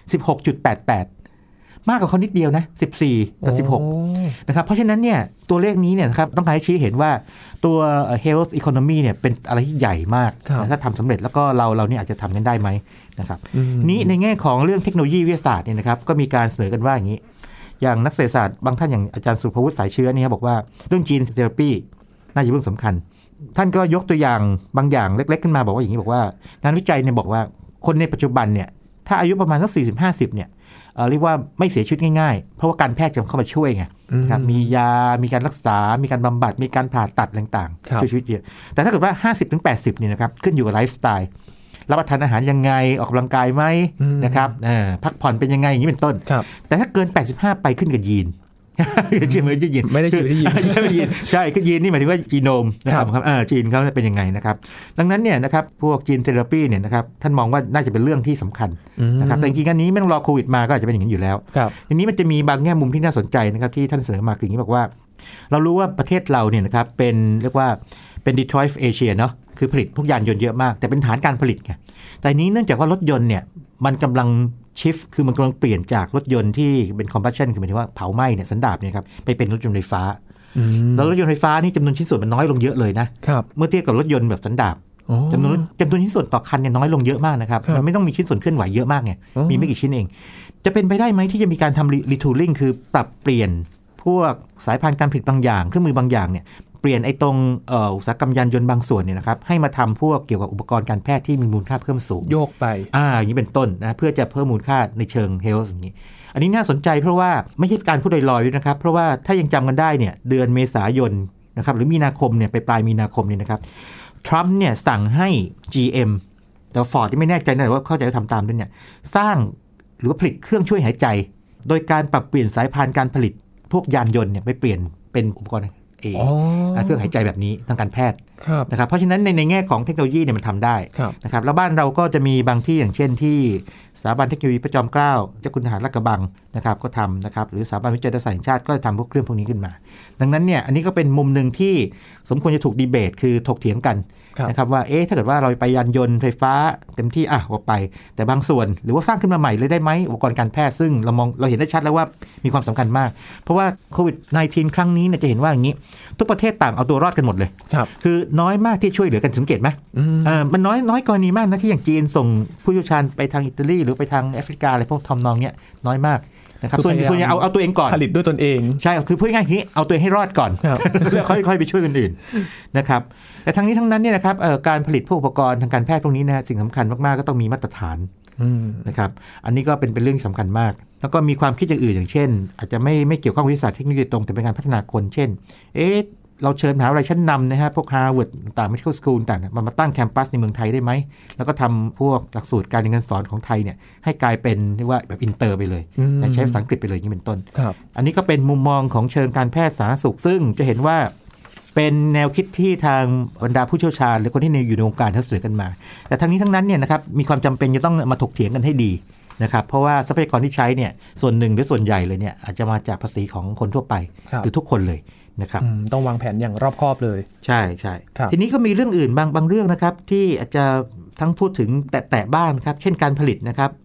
B: 16.88 มากกว่าเขานิดเดียวนะ14กับ16นะครับเพราะฉะนั้นเนี่ยตัวเลขนี้เนี่ยนะครับต้องการให้ชี้เห็นว่าตัว health economy เนี่ยเป็นอะไรที่ใหญ่มากถ้าทำสำเร็จแล้วก็เราเนี่ยอาจจะทำกันได้ไหมนะครับนี้ในแง่ของเรื่องเทคโนโลยีวิทยาศาสตร์เนี่ยนะครับก็มีการเสนอกันว่าอย่างนี้อย่างนักเศรษฐศาสตร์บางท่านอย่างอาจารย์สุภวุฒิสายเชื้อเนี่ยบอกว่าเรื่องจีนเทอราปีน่าจะเป็นเรื่องสำคัญท่านก็ยกตัวอย่างบางอย่างเล็กๆขึ้นมาบอกว่าอย่างนี้บอกว่างานวิจัยเนี่ยบอกว่าคนในปัจจุบันเนี่ยถ้าอายุประมาณสัก40-50เนี่ยเรียกว่าไม่เสียชีวิตง่ายๆเพราะว่าการแพทย์จะเข้ามาช่วยไงครับมียามีการรักษามีการบำบัดมีการผ่าตัดต่างๆช่วยชีวิตเยอะแต่ถ้าเกิดว่า 50-80เนี่ยนะครับขึ้นอยู่กับไลฟ์สไตล์รับประทานอาหารยังไงออกกำลังกายไหมนะครับพักผ่อนเป็นยังไงอย่างนี้เป็นต้นแต่ถ้าเกิน85ไปขึ้นกับยีนใช่ไหมยีน
A: ไม่ได้ชื่อที่ยีน
B: ใช่คือยีนนี่หมายถึงว่าจีโนมนะครับจีนเขาเป็นยังไงนะครับดังนั้นเนี่ยนะครับพวกจีนเทอราปีเนี่ยนะครับท่านมองว่าน่าจะเป็นเรื่องที่สำคัญนะครับแต่จริงๆอันนี้ไม่ต้องรอโควิดมาก็อาจจะเป็นอย่างนี้อยู่แล้วทีนี้มันจะมีบางแง่มุมที่น่าสนใจนะครับที่ท่านเสนอมาคืออย่างนี้บอกว่าเรารู้ว่าประเทศเราเนี่ยนะครับเป็นเรียกว่าเป็น Detroit of Asia เนาะคือผลิตพวกยานยนต์เยอะมากแต่เป็นฐานการผลิตไงแต่นี้เนื่องจากว่ารถยนต์เนี่ยมันกำลังชิฟคือมันกำลังเปลี่ยนจากรถยนต์ที่เป็น combustion คือหมายถึงว่าเผาไหม้เนี่ยสันดาปเนี่ยครับไปเป็นรถยนต์ไฟฟ้าแล้วรถยนต์ไฟฟ้านี่จำนวนชิ้นส่วนมันน้อยลงเยอะเลยนะเมื่อเทียบกับรถยนต์แบบสันดาปจำนวนชิ้นส่วนต่อคันเนี่ยน้อยลงเยอะมากนะครับมันไม่ต้องมีชิ้นส่วนเคลื่อนไหวเยอะมากไงมีไม่กี่ชิ้นเองจะเป็นไปได้ไหมที่จะมีการทำ retooling คือปรับเปลี่ยนพวกสายพานการผลิตบางอย่างเครื่องมือบางอย่างเนี่ยเปลี่ยนไอ้ตรงอุตสาหกรรมยานยนต์บางส่วนเนี่ยนะครับให้มาทำพวกเกี่ยวกับอุปกรณ์การแพทย์ที่มีมูลค่าเพิ่มสูง
A: โยกไป
B: อย่างนี้เป็นต้นนะเพื่อจะเพิ่มมูลค่าในเชิงเฮลท์อย่างนี้อันนี้น่าสนใจเพราะว่าไม่ใช่การพูดลอยๆนะครับเพราะว่าถ้ายังจำกันได้เนี่ยเดือนเมษายนนะครับหรือมีนาคมเนี่ยไปปลายมีนาคมเนี่ยนะครับทรัมป์เนี่ยสั่งให้ GM แต่ฟอร์ดที่ไม่แน่ใจนะว่าเข้าใจว่าทำตามด้วยเนี่ยสร้างหรือผลิตเครื่องช่วยหายใจโดยการปรับเปลี่ยนสายพานการผลิตพวกยานยนต์เนี่ยไปเปลี่ยนเป็นอุปกรณ์เครื่องหายใจแบบนี้ทางการแพทย์นะครับเพราะฉะนั้นในแง่ของเทคโนโลยีเนี่ยมันทำได้นะครับแล้วบ้านเราก็จะมีบางที่อย่างเช่นที่สถาบันเทคโนโลยีพระจอมเกล้าเจ้าคุณทหารลาดกระบังนะครับก็ทำนะครับหรือสถาบันวิจัยดาราศาสตร์แห่งชาติก็ทำพวกเครื่องพวกนี้ขึ้นมาดังนั้นเนี่ยอันนี้ก็เป็นมุมหนึ่งที่สมควรจะถูกดีเบตคือถกเถียงกันนะครับว่าถ้าเกิดว่าเราไปยานยนต์ไฟฟ้าเต็มที่ว่าไปแต่บางส่วนหรือว่าสร้างขึ้นมาใหม่เลยได้ไหมอุปกรณ์การแพทย์ซึ่งเราเห็นได้ชัดแล้วว่ามีความสำคัญมากเพราะว่าโควิด -19 ครั้งนี้เนี่ยจะเห็นว่าอย่างนี้ทุกประเทศต่างเอาตัวรอดกันหมดเลยคือน้อยมากที่ช่วยเหลือกันสังเกตไหมมันน้อยกรณีมากนะที่อย่างจีนส่งผู้เชี่ยวชาญไปทางอิตาลีหรือไปทางแอฟริกาอะไรพวกทำนองเนี้ยน้อยมากนะครับส่วนใหญ่เอาตัวเองก่อน
A: ผลิตด้วยตนเอง
B: ใช่คือพูดง่ายๆนี้เอาตัวเองให้รอดก่อนแล้วค่อยไปช่วยคนอื่นนะครับแต่ทั้งนี้ทั้งนั้นเนี่ยนะครับการผลิตพวกอุปกรณ์ทางการแพทย์พวกนี้นะสิ่งสำคัญมากๆก็ต้องมีมาตรฐานนะครับอันนี้ก็เป็นเรื่องสำคัญมากแล้วก็มีความคิดอย่างอื่นอย่างเช่นอาจจะไม่เกี่ยวข้องกับวิทยาศาสตร์เทคโนโลยีตรงแต่เป็นการพัฒนาคนเช่นเราเชิญมหาวิทยาลัยชั้นนำนะฮะพวก Harvard ต่าง Medical School ต่างมาตั้งแคมปัสในเมืองไทยได้ไหมแล้วก็ทำพวกหลักสูตรการเรียนการสอนของไทยเนี่ยให้กลายเป็นเรียกว่าแบบอินเตอร์ไปเลยใช้ภาษาอังกฤษไปเลยอย่างนี้เป็นต้นอันนี้ก็เป็นมุมมองของเชิงการแพทย์สาธารณสุขซึ่งจะเห็นว่าเป็นแนวคิดที่ทางบรรดาผู้เชี่ยวชาญหรือคนที่อยู่ในวงการเขาเสนอกันมาแต่ทั้งนี้ทั้งนั้นเนี่ยนะครับมีความจำเป็นจะต้องมาถกเถียงกันให้ดีนะครับเพราะว่าทรัพยากรที่ใช้เนี่ยส่วนหนึ่งหรือส่วนใหญ่เลยเนี่ยอาจจะมาจากภาษีของคนทั่วไปหรือทุกคนเลยนะครับ
A: ต้องวางแผนอย่างรอบคอบเลย
B: ใช่ใช่ทีนี้ก็มีเรื่องอื่นบางเรื่องนะครับที่อาจจะทั้งพูดถึงแตะบ้างครับเช่นการผลิตนะครับ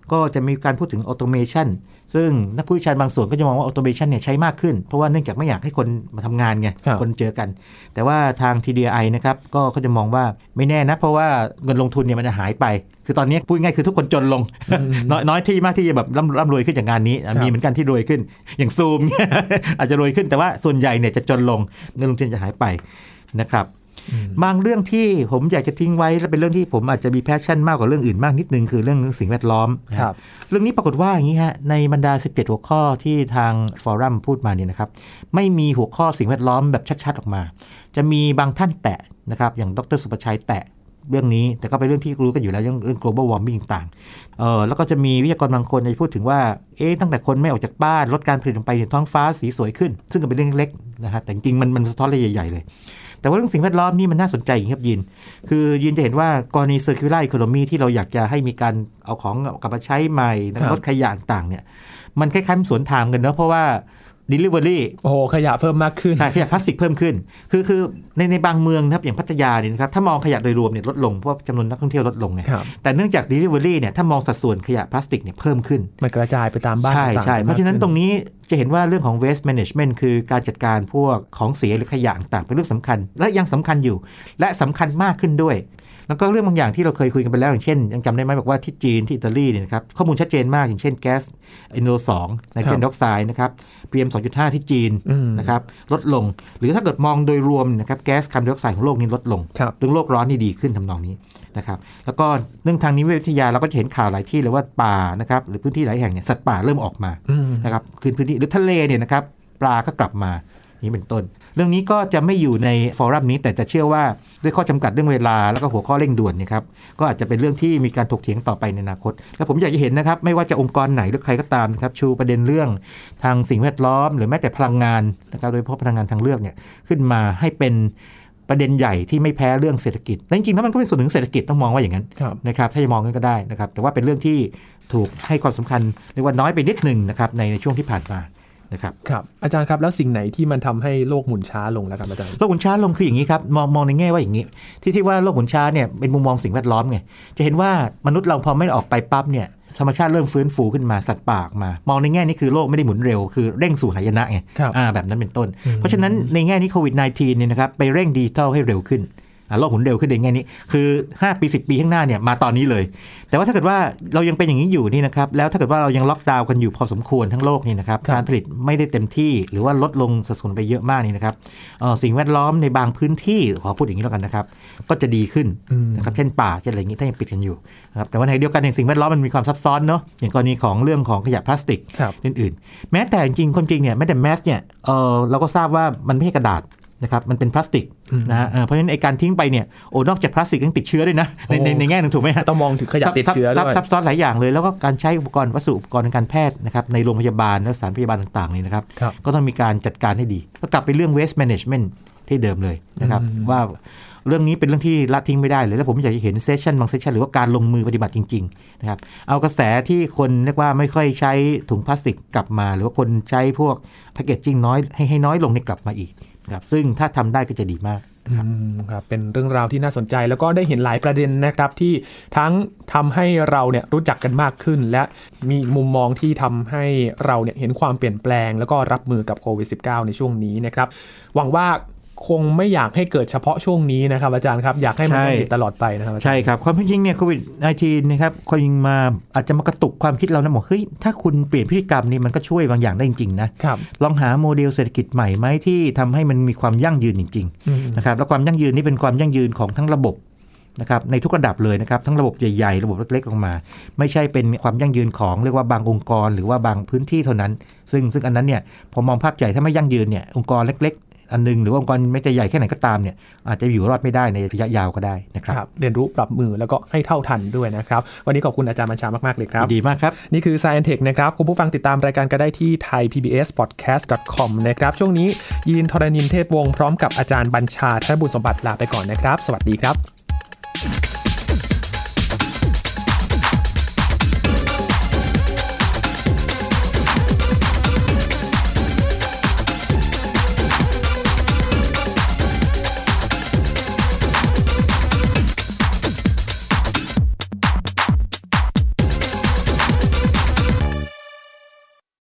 B: ก็จะมีการพูดถึงออโตเมชันซึ่งนักผู้วิจัยบางส่วนก็จะมองว่าออโตเมชันเนี่ยใช้มากขึ้นเพราะว่าเนื่องจากไม่อยากให้คนมาทำงานไงคนเจอกันแต่ว่าทาง TDI นะครับก็เขาจะมองว่าไม่แน่นะเพราะว่าเงินลงทุนเนี่ยมันจะหายไปคือตอนนี้พูดง่ายคือทุกคนจนลง น้อยที่มากที่จะแบบร่ำรวยขึ้นจากงานนี้มีเหมือนกันที่รวยขึ้นอย่างซูม อาจจะรวยขึ้นแต่ว่าส่วนใหญ่เนี่ยจะจนลงเงินลงทุนจะหายไปนะครับบางเรื่องที่ผมอยากจะทิ้งไว้และเป็นเรื่องที่ผมอาจจะมีแพชชั่นมากกว่าเรื่องอื่นมากนิดนึงคือเรื่องสิ่งแวดล้อมเรื่องนี้ปรากฏว่าอย่างนี้ฮะในบรรดา17หัวข้อที่ทางฟอรัมพูดมาเนี่ยนะครับไม่มีหัวข้อสิ่งแวดล้อมแบบชัดๆออกมาจะมีบางท่านแตะนะครับอย่างดร.สุประชัยแตะเรื่องนี้แต่ก็เป็นเรื่องที่รู้กันอยู่แล้วเรื่อง global warming ต่างแล้วก็จะมีวิทยากรบางคนพูดถึงว่าตั้งแต่คนไม่ออกจากบ้านลดการผลิตลงไปท้องฟ้าสีสวยขึ้นซึ่งก็เป็นเรื่องเล็กนะฮะแต่จริงๆมันสะท้อนอะไรใหญ่ๆเลยแต่ว่าเรื่องสิ่งแวดล้อมนี่มันน่าสนใจครับยินคือยินจะเห็นว่ากรณี circular economy ที่เราอยากจะให้มีการเอาของกลับมาใช้ใหม่ลดขยะต่างเนี่ยมันคล้ายๆสวนทางกันเนาะเพราะว่าdelivery
A: โอ้โหขยะเพิ่มมากขึ้น
B: ใช่ขยะพลาสติกเพิ่มขึ้นคือในบางเมืองนะครับอย่างพัทยาเนี่ยนะครับถ้ามองขยะโดยรวมเนี่ยลดลงเพราะจำนวนนักท่องเที่ยวลดลงไงแต่เนื่องจาก delivery เนี่ยถ้ามองสัดส่วนขยะพลาสติกเนี่ยเพิ่มขึ้น
A: มันกระจายไปตามบ้านต่างๆ
B: ใช่เพราะฉะนั้นตรงนี้จะเห็นว่าเรื่องของ waste management คือการจัดการพวกของเสียหรือขยะต่างเป็นเรื่องสำคัญและยังสำคัญอยู่และสำคัญมากขึ้นด้วยแล้วก็เรื่องบางอย่างที่เราเคยคุยกันไปแล้วอย่างเช่นยังจำได้ไหมบอกว่าที่จีนที่อิตาลีเนี่ยนะครับข้อมูลชัดเจนมากอย่างเช่นแก๊สNO2 ไนโตรเจนไดออกไซด์นะครับ PM 2.5 ที่จีนนะครับลดลงหรือถ้าเกิดมองโดยรวมนะครับแก๊สคาร์บอนไดออกไซด์ของโลกนี้ลดลงเรื่องโลกร้อนนี่ดีขึ้นทำนองนี้นะครับแล้วก็เรื่องทางนิเวศวิทยาเราก็จะเห็นข่าวหลายที่เลยว่าป่านะครับหรือพื้นที่หลายแห่งเนี่ยสัตว์ป่าเริ่มออกมานะครับคือพื้นที่หรือทะเลเนี่ยนะครับปลาก็กลับมานี้เป็นต้นเรื่องนี้ก็จะไม่อยู่ในฟอรัมนี้แต่จะเชื่อว่าด้วยข้อจำกัดเรื่องเวลาแล้วก็หัวข้อเร่งด่วนนะครับก็อาจจะเป็นเรื่องที่มีการถกเถียงต่อไปในอนาคตและผมอยากจะเห็นนะครับไม่ว่าจะองค์กรไหนหรือใครก็ตามนะครับชูประเด็นเรื่องทางสิ่งแวดล้อมหรือแม้แต่พลังงานนะครับโดยเฉพาะพลังงานทางเลือกเนี่ยขึ้นมาให้เป็นประเด็นใหญ่ที่ไม่แพ้เรื่องเศรษฐกิจและจริงๆแล้วมันก็เป็นส่วนหนึ่งเศรษฐกิจต้องมองว่าอย่างนั้นนะครับถ้าจะมองกันก็ได้นะครับแต่ว่าเป็นเรื่องที่ถูกให้ความสำคัญเรียกว่าน้อยไปนิดนึงนะครับในช่วงที่ผ่านมานะครับ
A: อาจารย์ครับแล้วสิ่งไหนที่มันทำให้โลกหมุนช้าลงแล้วครับอาจารย์
B: โลกหมุนช้าลงคืออย่างนี้ครับมองในแง่ว่าอย่างนี้ที่ว่าโลกหมุนช้าเนี่ยเป็นมุมมองสิ่งแวดล้อมไงจะเห็นว่ามนุษย์เราพอไม่ออกไปปั๊บเนี่ยธรรมชาติเริ่มฟื้นฟูขึ้นมาสัตว์ป่ามามองในแง่นี้คือโลกไม่ได้หมุนเร็วคือเร่งสู่หายนะไงแบบนั้นเป็นต้นเพราะฉะนั้นในแง่นี้โควิด -19 เนี่ยนะครับไปเร่งดิจิทัลให้เร็วขึ้นโลกหมุนเร็วขึ้นในแง่นี้คือ5 ปี 10 ปีข้างหน้าเนี่ยมาตอนนี้เลยแต่ว่าถ้าเกิดว่าเรายังเป็นอย่างนี้อยู่นี่นะครับแล้วถ้าเกิดว่าเรายังล็อกดาวน์กันอยู่พอสมควรทั้งโลกนี่นะครับการผลิตไม่ได้เต็มที่หรือว่าลดลงสัดส่วนไปเยอะมากนี่นะครับสิ่งแวดล้อมในบางพื้นที่ขอพูดอย่างนี้แล้วกันนะครับก็จะดีขึ้นนะครับเช่นป่าเช่นอะไรอย่างนี้ถ้ายังปิดกันอยู่นะครับแต่ว่าในเดียวกันอย่างสิ่งแวดล้อมมันมีความซับซ้อนเนาะอย่างกรณีของเรื่องของขยะพลาสติกอื่นๆแม้แต่จริงคนจริงเนี่ยแม้แต่แมสเนี่ยเราก็ทราบว่ามันไม่ใช่กระดาษนะครับมันเป็นพลาสติกนะฮะเพราะฉะนั้นไอ้การทิ้งไปเนี่ยนอกจากพลาสติกยังติดเชื้อด้วยนะในแง่นึงถูกไหมฮะ
A: ต้องมองถึงขยะติดเชื้อด้วย
B: ซับซ้อนหลายอย่างเลยแล้วก็การใช้อุปกรณ์วัสดุอุปกรณ์ทางการแพทย์นะครับในโรงพยาบาลและสถานพยาบาลต่างๆนี่นะครับก็ต้องมีการจัดการให้ดีก็กลับไปเรื่อง waste management ที่เดิมเลยนะครับว่าเรื่องนี้เป็นเรื่องที่ละทิ้งไม่ได้เลยแล้วผมอยากจะเห็นเซสชั่นบางเซสชั่นหรือว่าการลงมือปฏิบัติจริงๆนะครับเอากระแสที่คนเรียกว่าไม่ค่อยใช้ถุงพลาสติกกลับมาหรือว่าคนใช้พวกแพคเกจจิ้งน้อยให้น้อยลงกลับมาอีกครับซึ่งถ้าทำได้ก็จะดีมาก
A: ครับเป็นเรื่องราวที่น่าสนใจแล้วก็ได้เห็นหลายประเด็นนะครับที่ทั้งทำให้เราเนี่ยรู้จักกันมากขึ้นและมีมุมมองที่ทำให้เราเนี่ยเห็นความเปลี่ยนแปลงแล้วก็รับมือกับโควิด -19 ในช่วงนี้นะครับหวังว่าคงไม่อยากให้เกิดเฉพาะช่วงนี้นะครับอาจารย์ครับอยากให้มันติดตลอดไปนะครับ
B: ใช่ครับความจริงเนี่ยโควิด -19 นะครับคนยิงมาอาจจะมากระตุกความคิดเรานะบอกเฮ้ยถ้าคุณเปลี่ยนพฤติกรรมนี่มันก็ช่วยบางอย่างได้จริงๆนะลองหาโมเดลเศรษฐกิจใหม่ไหมที่ทำให้มันมีความยั่งยืนจริงๆนะครับแล้วความยั่งยืนนี่เป็นความยั่งยืนของทั้งระบบนะครับในทุกระดับเลยนะครับทั้งระบบใหญ่ๆระบบเล็กๆลงมาไม่ใช่เป็นความยั่งยืนของเรียกว่าบางองค์กรหรือว่าบางพื้นที่เท่านั้นซึ่งอันนั้นเนี่ยพอมองภาพใหญ่ถ้าไม่ยั่งยืนเนี่ยองค์กรเล็กๆอันนึงหรือว่าองค์กรไม่จะใหญ่แค่ไหนก็ตามเนี่ยอาจจะอยู่รอดไม่ได้ในระยะยาวก็ได้นะครับ
A: เรียนรู้ปรับมือแล้วก็ให้เท่าทันด้วยนะครับวันนี้ขอบคุณอาจารย์บัญชามากๆเลยครับ
B: ดีมากครับ
A: นี่คือ Science Tech นะครับคุณผู้ฟังติดตามรายการก็ได้ที่ thaipbspodcast.com นะครับช่วงนี้ยีนทรณินเทพวงศ์พร้อมกับอาจารย์บัญชาธนบุญสมบัติลาไปก่อนนะครับสวัสดีครับ